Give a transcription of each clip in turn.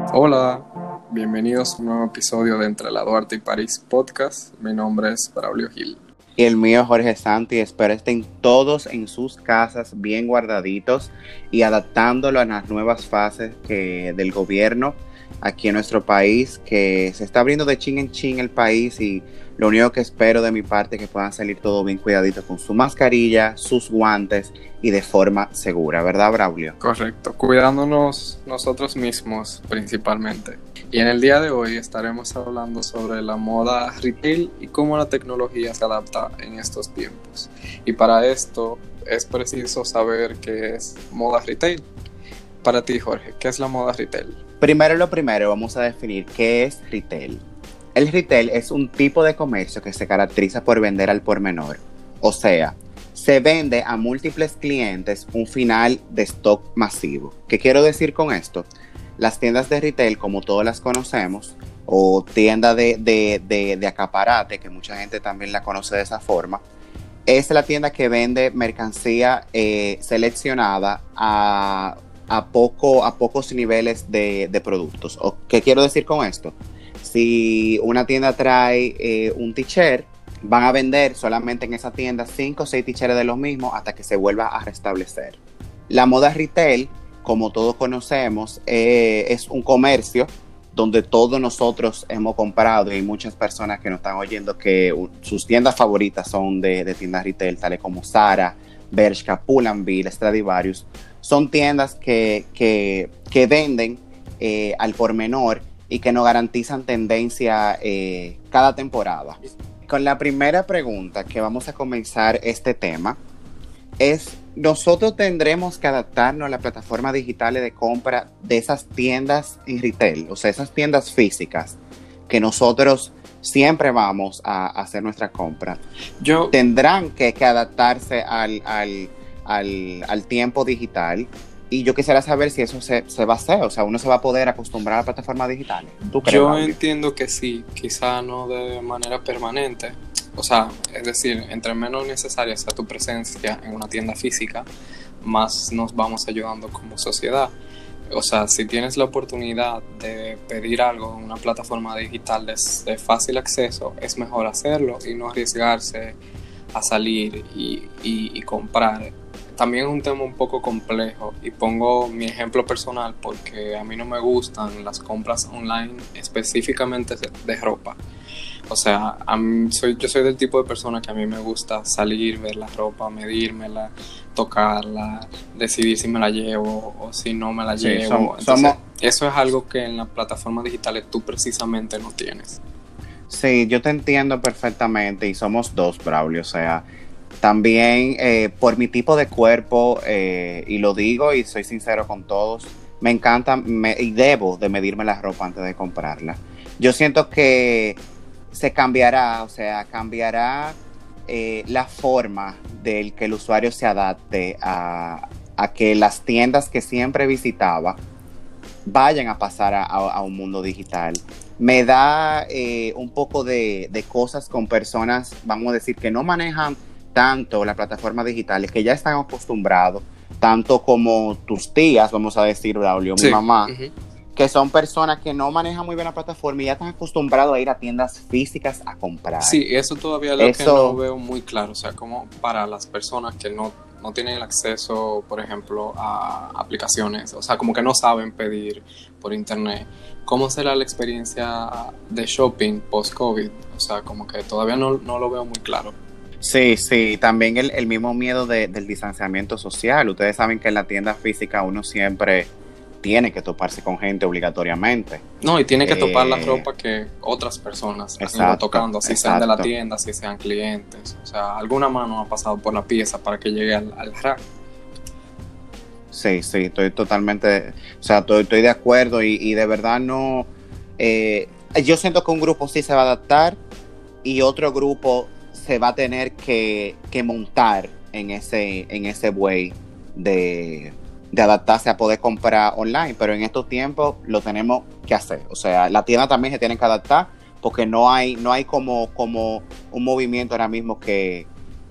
Hola, bienvenidos a un nuevo episodio de Entre la Duarte y París Podcast. Mi nombre es Braulio Gil. Y el mío, Jorge Santi. Espero estén todos en sus casas bien guardaditos y adaptándolo a las nuevas fases del gobierno aquí en nuestro país, que se está abriendo de chin en chin el país, y lo único que espero de mi parte es que puedan salir todo bien cuidaditos con su mascarilla, sus guantes y de forma segura, ¿verdad, Braulio? Correcto, cuidándonos nosotros mismos principalmente. Y en el día de hoy estaremos hablando sobre la moda retail y cómo la tecnología se adapta en estos tiempos. Y para esto es preciso saber qué es moda retail. Para ti, Jorge, ¿qué es la moda retail? Lo primero, vamos a definir qué es retail. El retail es un tipo de comercio que se caracteriza por vender al por menor. O sea, se vende a múltiples clientes un final de stock masivo. ¿Qué quiero decir con esto? Las tiendas de retail, como todas las conocemos, o tienda de acaparate, que mucha gente también la conoce de esa forma, es la tienda que vende mercancía seleccionada a pocos niveles de productos. ¿Qué quiero decir con esto? Si una tienda trae un t-shirt, van a vender solamente en esa tienda 5 o 6 t-shirts de los mismos hasta que se vuelva a restablecer. La moda retail, como todos conocemos, es un comercio donde todos nosotros hemos comprado, y hay muchas personas que nos están oyendo que sus tiendas favoritas son de tiendas retail, tales como Zara, Bershka, Pull&Bear, Stradivarius. Son tiendas que venden al por menor y que nos garantizan tendencia cada temporada. Con la primera pregunta que vamos a comenzar este tema es: nosotros tendremos que adaptarnos a las plataformas digitales de compra de esas tiendas en retail, o sea, esas tiendas físicas que nosotros siempre vamos a hacer nuestra compra. Tendrán que adaptarse al tiempo digital. Y yo quisiera saber si eso se va a hacer, o sea, uno se va a poder acostumbrar a las plataformas digitales. ¿Tú crees, Yo Braulio? entiendo que sí, quizá no de manera permanente. O sea, es decir, entre menos necesaria sea tu presencia en una tienda física, más nos vamos ayudando como sociedad. O sea, si tienes la oportunidad de pedir algo en una plataforma digital de fácil acceso, es mejor hacerlo y no arriesgarse a salir y comprar. También es un tema un poco complejo y pongo mi ejemplo personal porque a mí no me gustan las compras online específicamente de ropa. O sea, yo soy del tipo de persona que a mí me gusta salir, ver la ropa, medírmela, tocarla, decidir si me la llevo o si no me la llevo. Entonces, eso es algo que en las plataformas digitales tú precisamente no tienes. Sí, yo te entiendo perfectamente, y somos dos, Braulio. O sea, también por mi tipo de cuerpo, y lo digo y soy sincero con todos, me encanta y debo de medirme la ropa antes de comprarla. Yo siento que se cambiará, o sea, cambiará la forma del que el usuario se adapte a que las tiendas que siempre visitaba vayan a pasar a un mundo digital. Me da un poco de cosas con personas, vamos a decir, que no manejan tanto las plataformas digitales, que ya están acostumbrados, tanto como tus tías, vamos a decir, Braulio, mi mamá, que son personas que no manejan muy bien la plataforma y ya están acostumbrados a ir a tiendas físicas a comprar. Sí, eso todavía es lo que no veo muy claro. O sea, como para las personas que no tienen el acceso, por ejemplo, a aplicaciones, o sea, como que no saben pedir por internet, ¿cómo será la experiencia de shopping post-COVID? O sea, como que todavía no lo veo muy claro. Sí, también el mismo miedo del distanciamiento social. Ustedes saben que en la tienda física uno siempre tiene que toparse con gente obligatoriamente. No, y tiene que topar la ropa que otras personas han ido tocando, así sean de la tienda, así sean clientes. O sea, alguna mano ha pasado por la pieza para que llegue al rack. Sí, estoy totalmente, o sea, estoy de acuerdo, y de verdad no, yo siento que un grupo sí se va a adaptar y otro grupo se va a tener que montar en ese buey de adaptarse a poder comprar online, pero en estos tiempos lo tenemos que hacer. O sea, la tienda también se tiene que adaptar, porque no hay como un movimiento ahora mismo que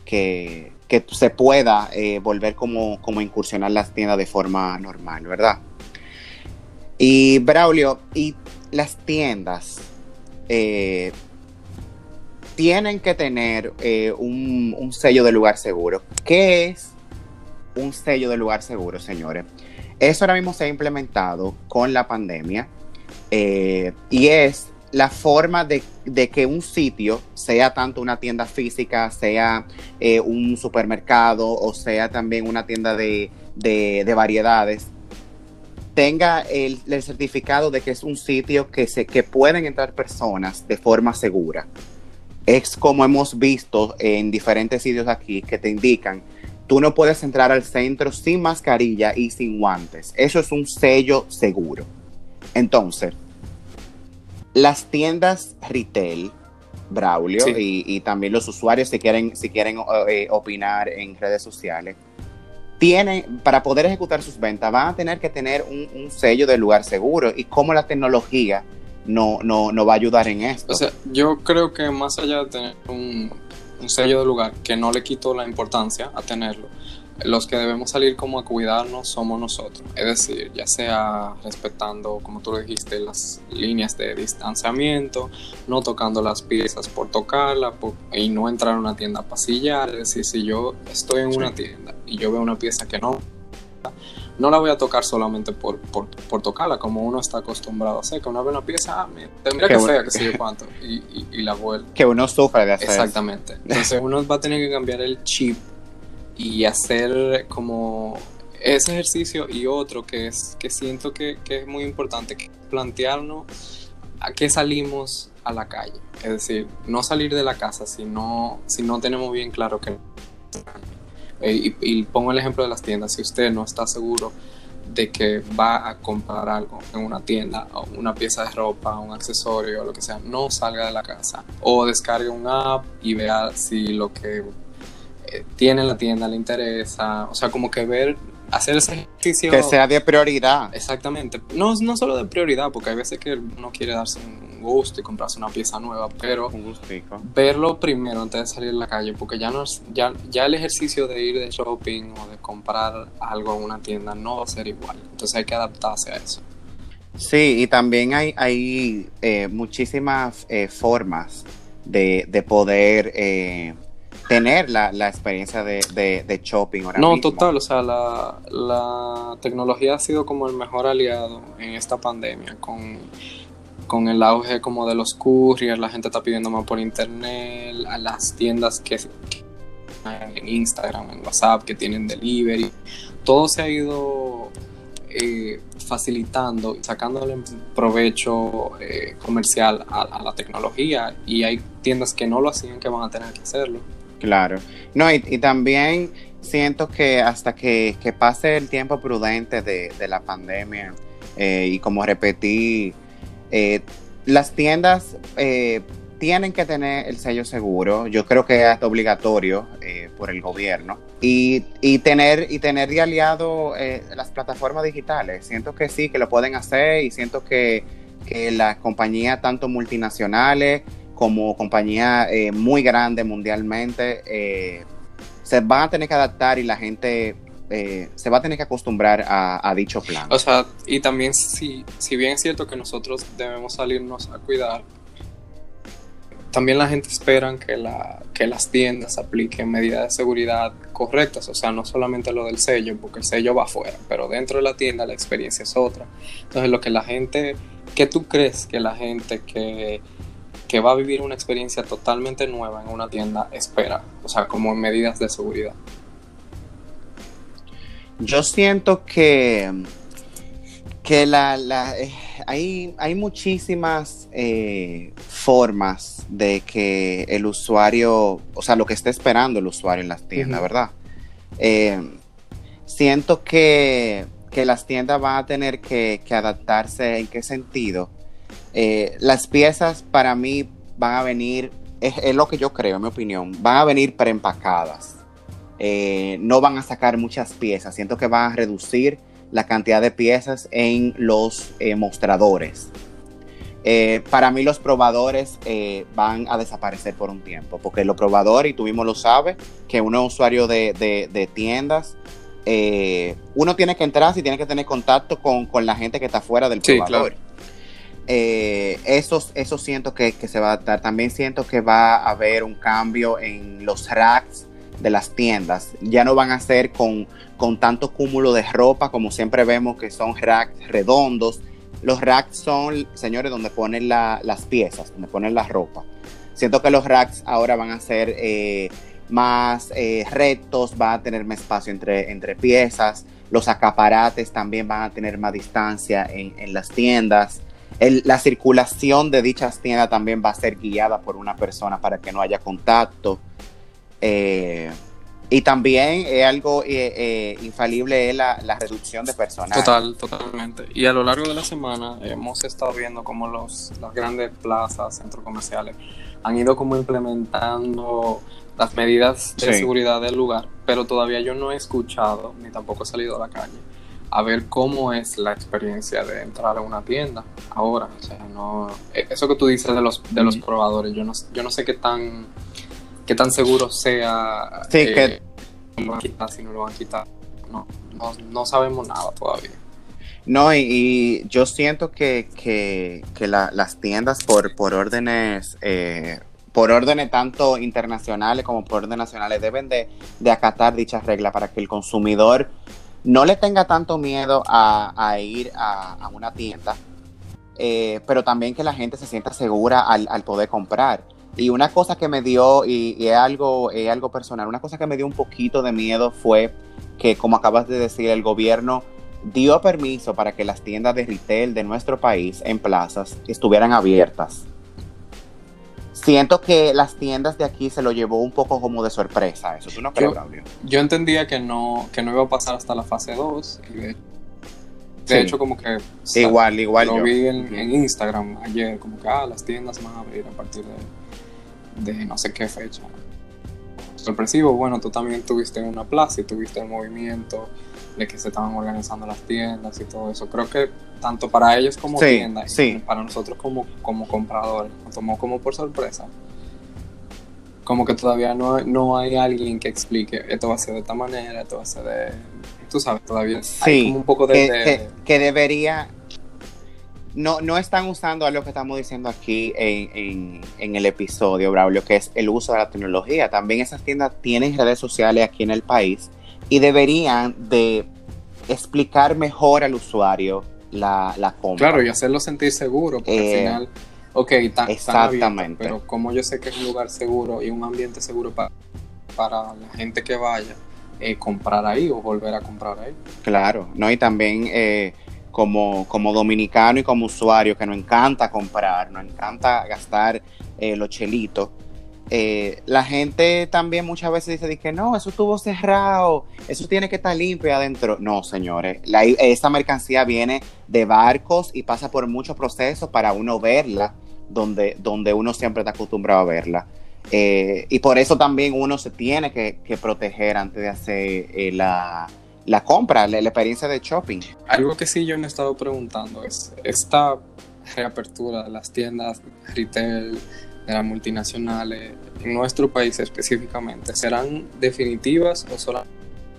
se pueda volver como incursionar las tiendas de forma normal, ¿verdad? Y Braulio, y las tiendas eh, tienen que tener un sello de lugar seguro. ¿Qué es un sello de lugar seguro, señores? Eso ahora mismo se ha implementado con la pandemia y es la forma de que un sitio, sea tanto una tienda física, sea un supermercado o sea también una tienda de variedades, tenga el certificado de que es un sitio que pueden entrar personas de forma segura. Es como hemos visto en diferentes sitios aquí que te indican, tú no puedes entrar al centro sin mascarilla y sin guantes. Eso es un sello seguro. Entonces, las tiendas retail, Braulio, Sí. y también los usuarios si quieren opinar en redes sociales, tienen, para poder ejecutar sus ventas, van a tener que tener un sello de lugar seguro y cómo la tecnología no va a ayudar en O esto. sea, yo creo que más allá de tener un sello de lugar, que no le quito la importancia a tenerlo, los que debemos salir como a cuidarnos somos nosotros. Es decir, ya sea respetando, como tú lo dijiste, las líneas de distanciamiento, no tocando las piezas por tocarla y no entrar a una tienda a pasillar. Es decir, si yo estoy en una tienda y yo veo una pieza que no la voy a tocar solamente por tocarla, como uno está acostumbrado a hacer, que uno ve una pieza, mira que fea, que sé yo cuánto, y la vuelve. Que uno sufre de hacer Exactamente. eso. Entonces uno va a tener que cambiar el chip y hacer como ese ejercicio y otro que siento que es muy importante, que es plantearnos a qué salimos a la calle. Es decir, no salir de la casa si no tenemos bien claro que... y pongo el ejemplo de las tiendas. Si usted no está seguro de que va a comprar algo en una tienda, o una pieza de ropa, un accesorio o lo que sea, no salga de la casa o descargue un app y vea si lo que tiene la tienda le interesa. O sea, como que hacer ese ejercicio. Que sea de prioridad. Exactamente. No solo de prioridad, porque hay veces que uno quiere darse un gusto y comprarse una pieza nueva, pero Un gustico. verlo primero antes de salir a la calle, porque ya el ejercicio de ir de shopping o de comprar algo en una tienda no va a ser igual. Entonces hay que adaptarse a eso. Sí, y también hay muchísimas formas de poder tener la experiencia de shopping ahora No, mismo. total, o sea, la tecnología ha sido como el mejor aliado en esta pandemia, con el auge como de los couriers, la gente está pidiendo más por internet, a las tiendas que en Instagram, en WhatsApp, que tienen delivery, todo se ha ido facilitando y sacándole provecho comercial a la tecnología, y hay tiendas que no lo hacían que van a tener que hacerlo. Claro. No, y también siento que hasta que pase el tiempo prudente de la pandemia, y como repetí, las tiendas tienen que tener el sello seguro. Yo creo que es obligatorio por el gobierno. Y tener de aliado las plataformas digitales. Siento que sí, que lo pueden hacer, y siento que las compañías, tanto multinacionales como compañías muy grandes mundialmente, se van a tener que adaptar, y la gente se va a tener que acostumbrar a dicho plan. O sea, y también si bien es cierto que nosotros debemos salirnos a cuidar, también la gente espera que las tiendas apliquen medidas de seguridad correctas. O sea, no solamente lo del sello, porque el sello va afuera, pero dentro de la tienda la experiencia es otra. Entonces, ¿qué tú crees que la gente que va a vivir una experiencia totalmente nueva en una tienda espera? O sea, como en medidas de seguridad. Yo siento que hay muchísimas formas de que el usuario, o sea, lo que está esperando el usuario en las tiendas, ¿verdad? Siento que las tiendas van a tener que adaptarse. ¿En qué sentido? Las piezas para mí van a venir, es lo que yo creo, en mi opinión, van a venir preempacadas. No van a sacar muchas piezas. Siento que van a reducir la cantidad de piezas en los mostradores. Para mí los probadores van a desaparecer por un tiempo, porque los probadores, y tú mismo lo sabes, que uno es usuario de tiendas, uno tiene que entrar si tiene que tener contacto con la gente que está fuera del probador. Claro. Eso siento que se va a dar. También siento que va a haber un cambio en los racks de las tiendas. Ya no van a ser con tanto cúmulo de ropa como siempre vemos que son racks redondos. Los racks son, señores, donde ponen las piezas, donde ponen la ropa. Siento que los racks ahora van a ser más rectos, va a tener más espacio entre piezas. Los acaparates también van a tener más distancia en las tiendas. La circulación de dichas tiendas también va a ser guiada por una persona para que no haya contacto. Y también es algo infalible es la reducción de personal. Totalmente. Y a lo largo de la semana hemos estado viendo cómo las grandes plazas, centros comerciales, han ido como implementando las medidas de seguridad del lugar, pero todavía yo no he escuchado, ni tampoco he salido a la calle, a ver cómo es la experiencia de entrar a una tienda ahora. O sea, no, eso que tú dices de los probadores, yo no sé qué tan seguro sea. Que lo van a quitar, si no lo van a quitar. No sabemos nada todavía. No, y yo siento que las tiendas por órdenes tanto internacionales como por órdenes nacionales deben de acatar dichas reglas para que el consumidor no le tenga tanto miedo a ir a una tienda, pero también que la gente se sienta segura al poder comprar. Y una cosa que me dio, y es algo personal, una cosa que me dio un poquito de miedo fue que, como acabas de decir, el gobierno dio permiso para que las tiendas de retail de nuestro país en plazas estuvieran abiertas. Siento que las tiendas de aquí se lo llevó un poco como de sorpresa eso. ¿Tú no crees, Braulio? Yo entendía que no iba a pasar hasta la fase 2. Y de hecho, como que igual lo vi en Instagram ayer, como que las tiendas van a abrir a partir de no sé qué fecha. Sorpresivo. Bueno, tú también tuviste una plaza y tuviste el movimiento de que se estaban organizando las tiendas y todo eso. Creo que tanto para ellos como tiendas y para nosotros como compradores nos tomó como por sorpresa. Como que todavía no hay alguien que explique esto va a ser de esta manera, esto va a ser de... Tú sabes, todavía hay como un poco que debería... No están usando algo que estamos diciendo aquí en el episodio, Braulio, que es el uso de la tecnología. También esas tiendas tienen redes sociales aquí en el país y deberían de explicar mejor al usuario la compra. Claro, y hacerlo sentir seguro, porque al final, están abiertos, pero como yo sé que es un lugar seguro y un ambiente seguro para la gente que vaya, comprar ahí o volver a comprar ahí. Claro, ¿no? Y también... Como dominicano y como usuario que nos encanta comprar, nos encanta gastar los chelitos, la gente también muchas veces dice que no, eso estuvo cerrado, eso tiene que estar limpio adentro. No, señores, esa mercancía viene de barcos y pasa por muchos procesos para uno verla donde uno siempre está acostumbrado a verla. Y por eso también uno se tiene que proteger antes de hacer la compra, la experiencia de shopping. Algo que sí yo me he estado preguntando es esta reapertura de las tiendas retail, de las multinacionales, en nuestro país específicamente, ¿serán definitivas o solamente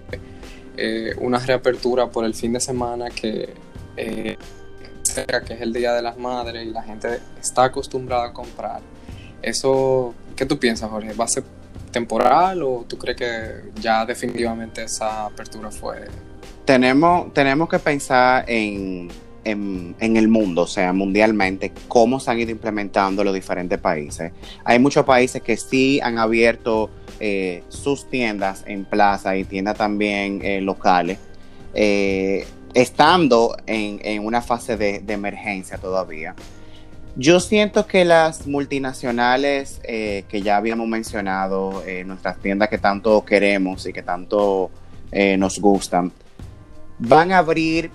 una reapertura por el fin de semana que es el Día de las Madres y la gente está acostumbrada a comprar? Eso, ¿qué tú piensas, Jorge? ¿Va a ser temporal o tú crees que ya definitivamente esa apertura fue? Tenemos que pensar en el mundo, o sea, mundialmente, cómo se han ido implementando los diferentes países. Hay muchos países que sí han abierto sus tiendas en plaza y tiendas también locales, estando en una fase de emergencia todavía. Yo siento que las multinacionales que ya habíamos mencionado, nuestras tiendas que tanto queremos y que tanto nos gustan, van a abrir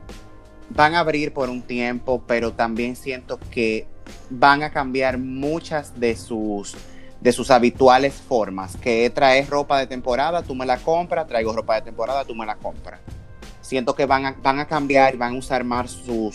por un tiempo, pero también siento que van a cambiar muchas de sus habituales formas, que es traer ropa de temporada, tú me la compras, traigo ropa de temporada, tú me la compras. Siento que van a cambiar y van a usar más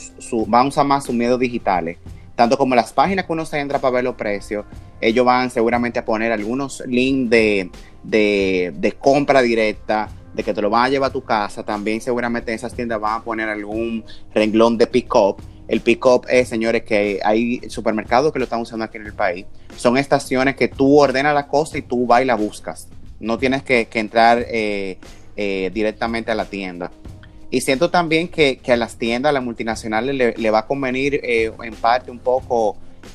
sus medios digitales. Tanto como las páginas que uno se entra para ver los precios, ellos van seguramente a poner algunos links de compra directa, de que te lo van a llevar a tu casa. También seguramente en esas tiendas van a poner algún renglón de pick-up. El pick-up es, señores, que hay supermercados que lo están usando aquí en el país. Son estaciones que tú ordenas la cosa y tú vas y la buscas. No tienes que entrar directamente a la tienda. Y siento también que a las tiendas, a las multinacionales, le va a convenir en parte un poco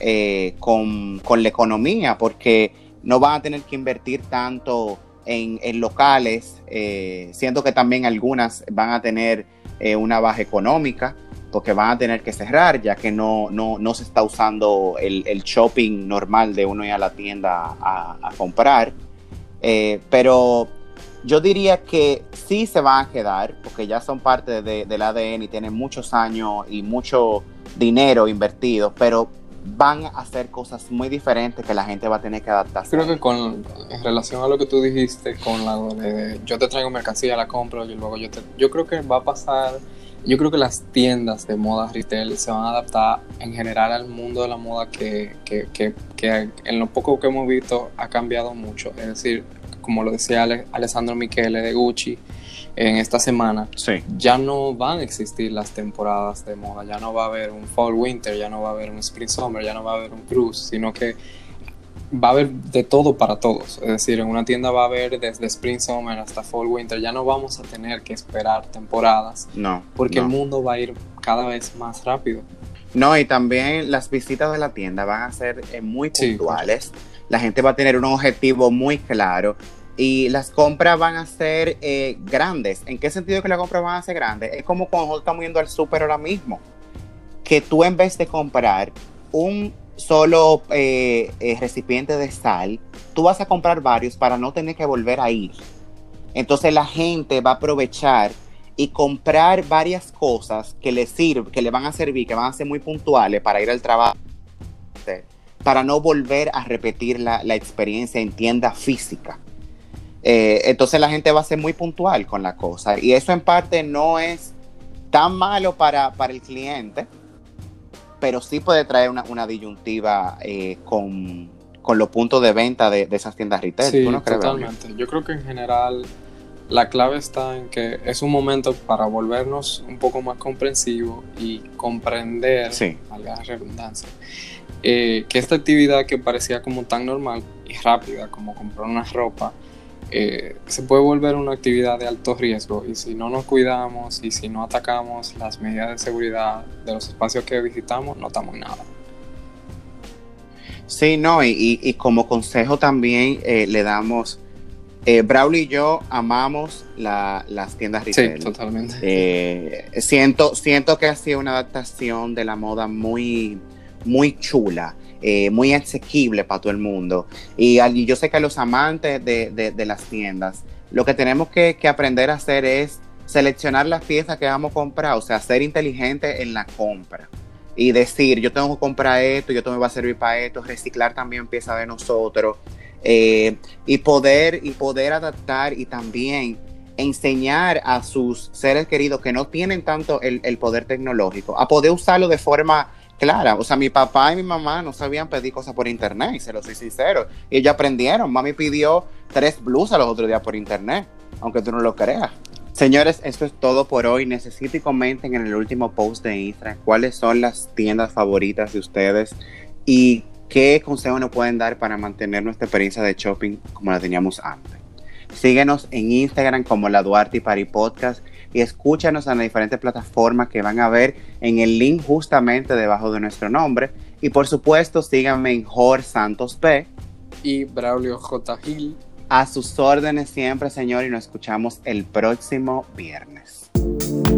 con la economía, porque no van a tener que invertir tanto en locales. Siento que también algunas van a tener una baja económica, porque van a tener que cerrar, ya que no se está usando el shopping normal de uno ir a la tienda a comprar. Pero yo diría que sí se van a quedar, porque ya son parte del ADN y tienen muchos años y mucho dinero invertido, pero van a hacer cosas muy diferentes que la gente va a tener que adaptarse. Creo que en relación a lo que tú dijiste, con la de yo te traigo mercancía, la compro y luego yo creo que va a pasar. Yo creo que las tiendas de moda retail se van a adaptar en general al mundo de la moda que en lo poco que hemos visto ha cambiado mucho. Es decir, como lo decía Alessandro Michele de Gucci en esta semana, sí, ya no van a existir las temporadas de moda, ya no va a haber un fall winter, ya no va a haber un spring summer, ya no va a haber un cruise, sino que va a haber de todo para todos. Es decir, en una tienda va a haber desde spring summer hasta fall winter. Ya no vamos a tener que esperar temporadas, porque el mundo va a ir cada vez más rápido. No, y también las visitas de la tienda van a ser muy puntuales. Sí. La gente va a tener un objetivo muy claro y las compras van a ser grandes. ¿En qué sentido que las compras van a ser grandes? Es como cuando nosotros estamos yendo al súper ahora mismo, que tú en vez de comprar un solo recipiente de sal, tú vas a comprar varios para no tener que volver a ir. Entonces la gente va a aprovechar y comprar varias cosas que le van a servir, que van a ser muy puntuales para ir al trabajo, para no volver a repetir la experiencia en tienda física. Entonces la gente va a ser muy puntual con la cosa, y eso en parte no es tan malo para el cliente, pero sí puede traer una disyuntiva con los puntos de venta de esas tiendas retail. Sí, ¿Tú no crees, totalmente. Gabriel? Yo creo que en general la clave está en que es un momento para volvernos un poco más comprensivos y comprender, valga la redundancia, que esta actividad que parecía como tan normal y rápida como comprar una ropa, se puede volver una actividad de alto riesgo, y si no nos cuidamos y si no atacamos las medidas de seguridad de los espacios que visitamos, no estamos en nada. Sí, no, y como consejo también le damos, Braulio y yo amamos las tiendas retail. Sí, totalmente. Siento que ha sido una adaptación de la moda muy, muy chula. Muy asequible para todo el mundo, y yo sé que a los amantes de las tiendas, lo que tenemos que aprender a hacer es seleccionar las piezas que vamos a comprar, o sea, ser inteligente en la compra y decir, yo tengo que comprar esto, yo me va a servir para esto, reciclar también piezas de nosotros, y poder adaptar y también enseñar a sus seres queridos que no tienen tanto el poder tecnológico a poder usarlo de forma clara. O sea, mi papá y mi mamá no sabían pedir cosas por internet, se lo soy sincero. Y ellos aprendieron. Mami pidió 3 blusas los otros días por internet, aunque tú no lo creas. Señores, esto es todo por hoy. Necesito y comenten en el último post de Instagram cuáles son las tiendas favoritas de ustedes y qué consejos nos pueden dar para mantener nuestra experiencia de shopping como la teníamos antes. Síguenos en Instagram como La Duarte y Pari Podcast y escúchanos en las diferentes plataformas que van a ver en el link justamente debajo de nuestro nombre. Y por supuesto, síganme en Jorge Santos P. y Braulio J. Gil. A sus órdenes siempre, señor, y nos escuchamos el próximo viernes.